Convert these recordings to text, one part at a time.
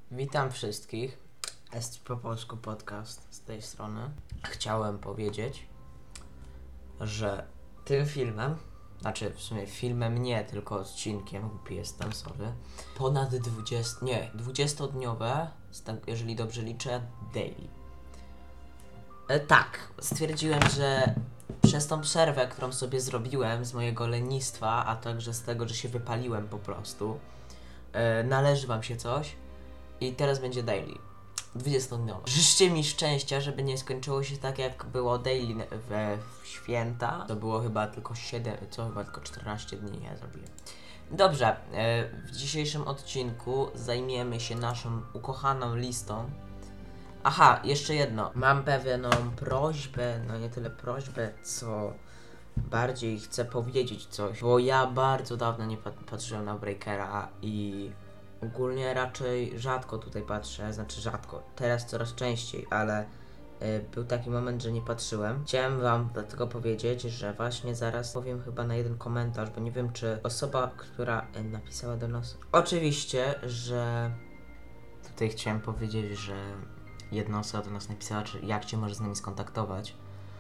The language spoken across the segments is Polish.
Witam wszystkich. Jest po polsku podcast z tej strony. Chciałem powiedzieć, że tym filmem, znaczy w sumie filmem nie, tylko odcinkiem, głupi jestem, sorry, ponad 20-dniowe, jeżeli dobrze liczę, daily. Tak, stwierdziłem, że przez tą przerwę, którą sobie zrobiłem z mojego lenistwa, a także z tego, że się wypaliłem po prostu, należy wam się coś. I teraz będzie daily. 20-dniowe. Życzcie mi szczęścia, żeby nie skończyło się tak jak było daily w święta. To było chyba tylko 14 dni ja zrobiłem. Dobrze, w dzisiejszym odcinku zajmiemy się naszą ukochaną listą. Aha, jeszcze jedno. Mam pewną prośbę, no nie tyle prośbę, co bardziej chcę powiedzieć coś. Bo ja bardzo dawno nie patrzyłem na Breakera i ogólnie raczej rzadko tutaj patrzę, znaczy rzadko, teraz coraz częściej, ale był taki moment, że nie patrzyłem. Chciałem wam dlatego powiedzieć, że właśnie zaraz powiem chyba na jeden komentarz, bo nie wiem, czy osoba, która napisała do nas... Oczywiście, że tutaj chciałem powiedzieć, że jedna osoba do nas napisała, czy jak cię może z nami skontaktować.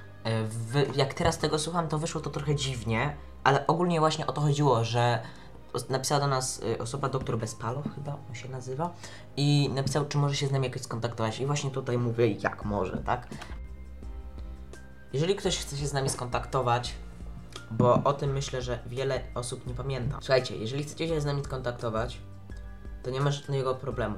Jak teraz tego słucham, to wyszło to trochę dziwnie, ale ogólnie właśnie o to chodziło, że napisała do nas osoba, doktor Bezpalow chyba on się nazywa, i napisał, czy może się z nami jakoś skontaktować. I właśnie tutaj mówię, jak może, tak? Jeżeli ktoś chce się z nami skontaktować, bo o tym myślę, że wiele osób nie pamięta. Słuchajcie, jeżeli chcecie się z nami skontaktować, to nie ma żadnego problemu.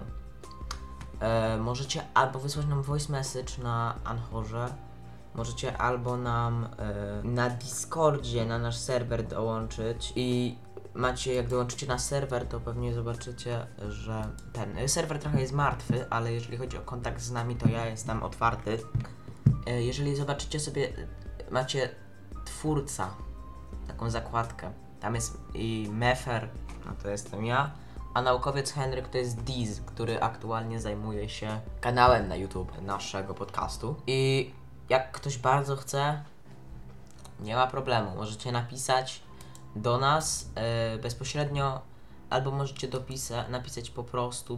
Możecie albo wysłać nam voice message na Anchorze, możecie albo nam na Discordzie, na nasz serwer dołączyć i jak dołączycie na serwer, to pewnie zobaczycie, że ten serwer trochę jest martwy, ale jeżeli chodzi o kontakt z nami, to ja jestem otwarty. Jeżeli zobaczycie sobie, macie twórca, taką zakładkę, tam jest i Mefer, no to jestem ja, a naukowiec Henryk to jest Diz, który aktualnie zajmuje się kanałem na YouTube naszego podcastu. I jak ktoś bardzo chce, nie ma problemu, możecie napisać do nas bezpośrednio, albo możecie napisać po prostu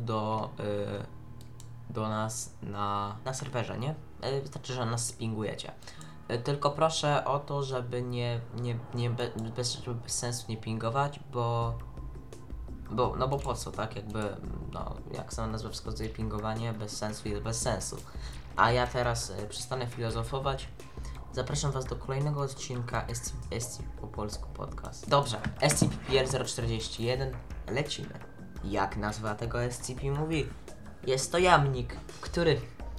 do nas na serwerze, nie? Wystarczy, że nas spingujecie. Tylko proszę o to, żeby bez sensu nie pingować, bo po co, tak? Jakby, no, jak sama nazwa wskazuje, pingowanie bez sensu jest bez sensu. A ja teraz przestanę filozofować. Zapraszam was do kolejnego odcinka SCP po polsku podcast. Dobrze, SCP-041, lecimy. Jak nazwa tego SCP mówi? Jest to jamnik, który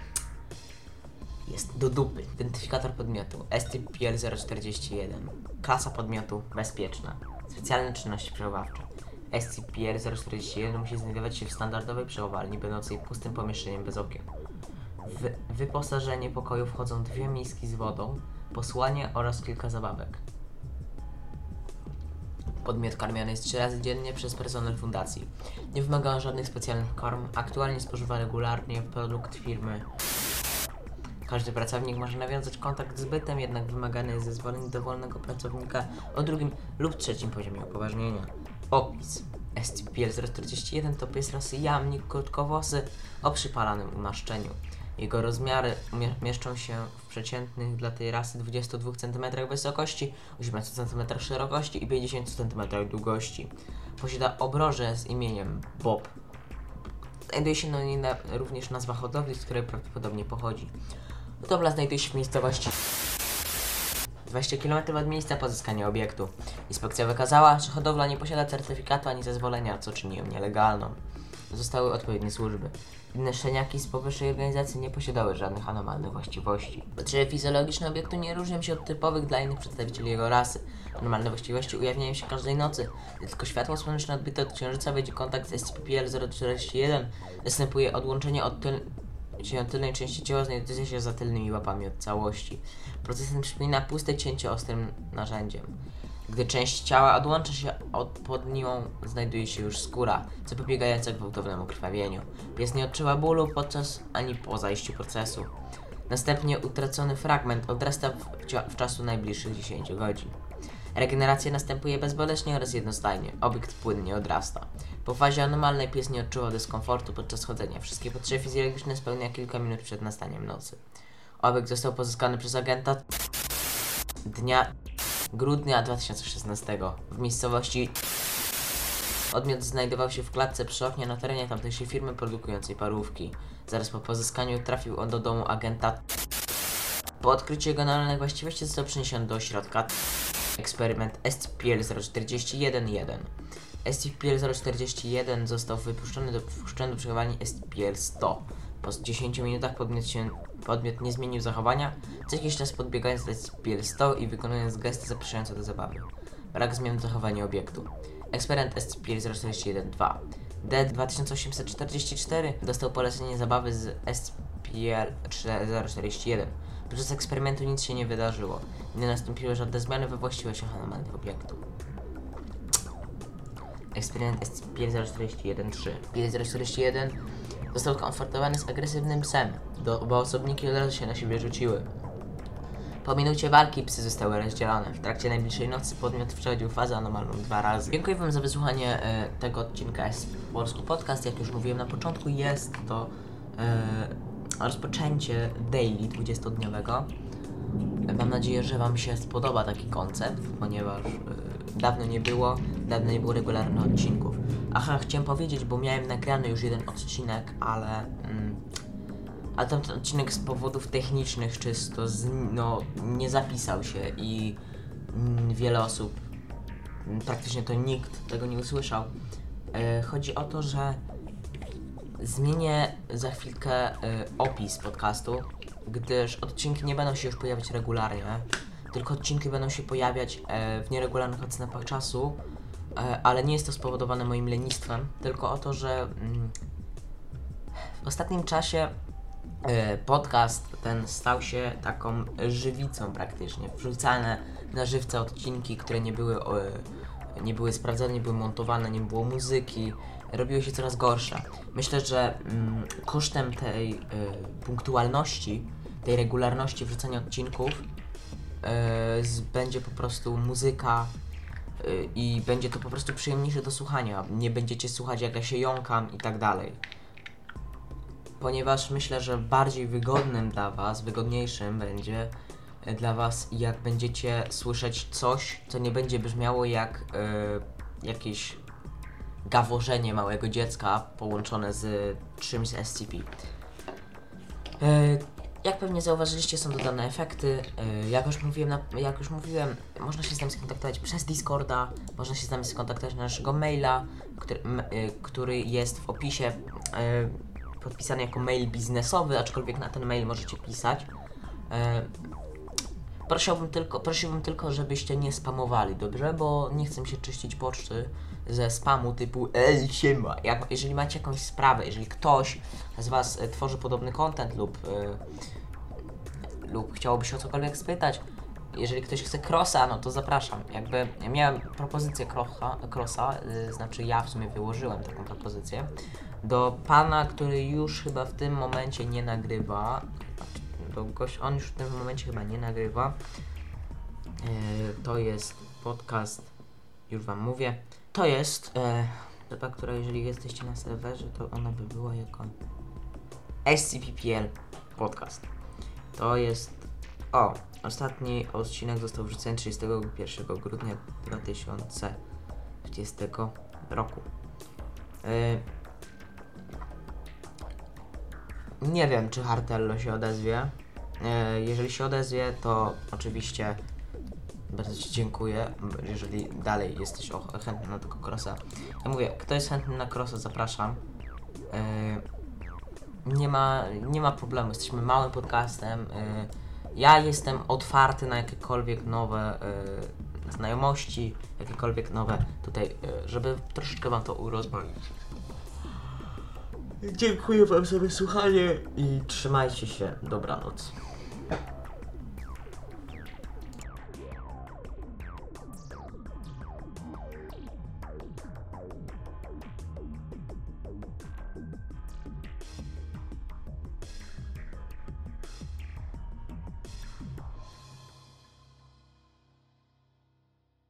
jest do dupy. Identyfikator podmiotu SCP-041. Klasa podmiotu bezpieczna. Specjalne czynności przechowawcze. SCP-041 musi znajdować się w standardowej przechowalni będącej pustym pomieszczeniem bez okien. W wyposażenie pokoju wchodzą 2 miski z wodą, posłanie oraz kilka zabawek. Podmiot karmiony jest 3 razy dziennie przez personel fundacji. Nie wymaga on żadnych specjalnych korm, aktualnie spożywa regularnie produkt firmy. Każdy pracownik może nawiązać kontakt z bytem, jednak wymagane jest zezwolenie dowolnego pracownika o 2. lub 3. poziomie upoważnienia. Opis. SCP-041 to pies rasy jamnik krótkowłosy o przypalanym umaszczeniu. Jego rozmiary mieszczą się w przeciętnych dla tej rasy 22 cm wysokości, 18 cm szerokości i 50 cm długości. Posiada obrożę z imieniem Bob. Znajduje się na niej również nazwa hodowli, z której prawdopodobnie pochodzi. Hodowla znajduje się w miejscowości 20 km od miejsca pozyskania obiektu. Inspekcja wykazała, że hodowla nie posiada certyfikatu ani zezwolenia, co czyni ją nielegalną. Zostały odpowiednie służby. Inne szczeniaki z powyższej organizacji nie posiadały żadnych anormalnych właściwości. Potrzeby fizjologiczne obiektu nie różnią się od typowych dla innych przedstawicieli jego rasy. Normalne właściwości ujawniają się każdej nocy. Gdy tylko światło słoneczne odbite od księżyca wejdzie kontakt z SCP-041, następuje odłączenie od tylnej części ciała znajdującej się za tylnymi łapami od całości. Proces ten przypomina puste cięcie ostrym narzędziem. Gdy część ciała odłącza się, pod nią znajduje się już skóra, zapobiegająca gwałtownemu krwawieniu. Pies nie odczuwa bólu podczas ani po zajściu procesu. Następnie utracony fragment odrasta w czasu najbliższych 10 godzin. Regeneracja następuje bezboleśnie oraz jednostajnie. Obiekt płynnie odrasta. Po fazie anormalnej pies nie odczuwał dyskomfortu podczas chodzenia. Wszystkie potrzeby fizjologiczne spełnia kilka minut przed nastaniem nocy. Obiekt został pozyskany przez agenta dnia grudnia 2016 w miejscowości. Odmiot znajdował się w klatce przy oknie na terenie tamtejszej firmy produkującej parówki. Zaraz po pozyskaniu trafił on do domu agenta. Po odkryciu jego normalnych właściwości został przeniesiony do ośrodka. Eksperyment SCP-041-1. SCP-041 został wypuszczony do przechowywania SCP-100. Po 10 minutach podmiot nie zmienił zachowania, co jakiś czas podbiegając do SCP-100 i wykonując gesty zapraszające do zabawy. Brak zmian w zachowaniu obiektu. Eksperyment SCP-041-2. D-2844 dostał polecenie zabawy z SCP-041. Podczas eksperymentu nic się nie wydarzyło. Nie nastąpiły żadne zmiany we właściwościach anomalnych obiektu. Eksperyment SCP-041-3. SCP-041 został konfrontowany z agresywnym psem. Oba osobniki od razu się na siebie rzuciły. Po minucie walki psy zostały rozdzielone. W trakcie najbliższej nocy podmiot przechodził fazę anomalną 2 razy. Dziękuję wam za wysłuchanie tego odcinka z Polski Podcast. Jak już mówiłem na początku, jest to rozpoczęcie daily 20-dniowego. Mam nadzieję, że wam się spodoba taki koncept, ponieważ dawno nie było regularnych odcinków. Aha, chciałem powiedzieć, bo miałem nagrany już jeden odcinek, ale tamten odcinek z powodów technicznych czysto nie zapisał się i wiele osób, praktycznie to nikt tego nie usłyszał. Chodzi o to, że zmienię za chwilkę opis podcastu, gdyż odcinki nie będą się już pojawiać regularnie, tylko odcinki będą się pojawiać w nieregularnych odstępach czasu, ale nie jest to spowodowane moim lenistwem, tylko o to, że w ostatnim czasie podcast ten stał się taką żywicą praktycznie. Wrzucane na żywca odcinki, które nie były sprawdzane, nie były montowane, nie było muzyki, robiły się coraz gorsze. Myślę, że kosztem tej punktualności, tej regularności wrzucania odcinków będzie po prostu muzyka i będzie to po prostu przyjemniejsze do słuchania. Nie będziecie słuchać, jak ja się jąkam i tak dalej. Ponieważ myślę, że bardziej wygodnym dla was, wygodniejszym będzie dla was, jak będziecie słyszeć coś, co nie będzie brzmiało jak jakieś gaworzenie małego dziecka połączone z czymś z SCP. Jak pewnie zauważyliście, są dodane efekty. Jak już mówiłem, można się z nami skontaktować przez Discorda, można się z nami skontaktować na naszego maila, który jest w opisie, podpisany jako mail biznesowy, aczkolwiek na ten mail możecie pisać. Prosiłbym tylko, żebyście nie spamowali, dobrze? Bo nie chcę się czyścić poczty ze spamu typu siema. Jeżeli macie jakąś sprawę, jeżeli ktoś z was tworzy podobny content lub chciałoby się o cokolwiek spytać, jeżeli ktoś chce crossa, no to zapraszam. Jakby miałem propozycję crossa, znaczy ja w sumie wyłożyłem taką propozycję do pana, który już chyba w tym momencie nie nagrywa. On już w tym momencie chyba nie nagrywa. To jest podcast, już wam mówię. To jest ta, która jeżeli jesteście na serwerze, to ona by była jako SCP-PL Podcast. To jest... ostatni odcinek został wrzucony 31 grudnia 2020 roku. Nie wiem, czy Hartello się odezwie. Jeżeli się odezwie, to oczywiście bardzo ci dziękuję, jeżeli dalej jesteś chętny na tego crossa. Ja mówię, kto jest chętny na crossa, zapraszam. Nie ma problemu, jesteśmy małym podcastem. Ja jestem otwarty na jakiekolwiek nowe znajomości, jakiekolwiek nowe tutaj, żeby troszeczkę wam to urozmaicić. Dziękuję wam za wysłuchanie i trzymajcie się. Dobranoc.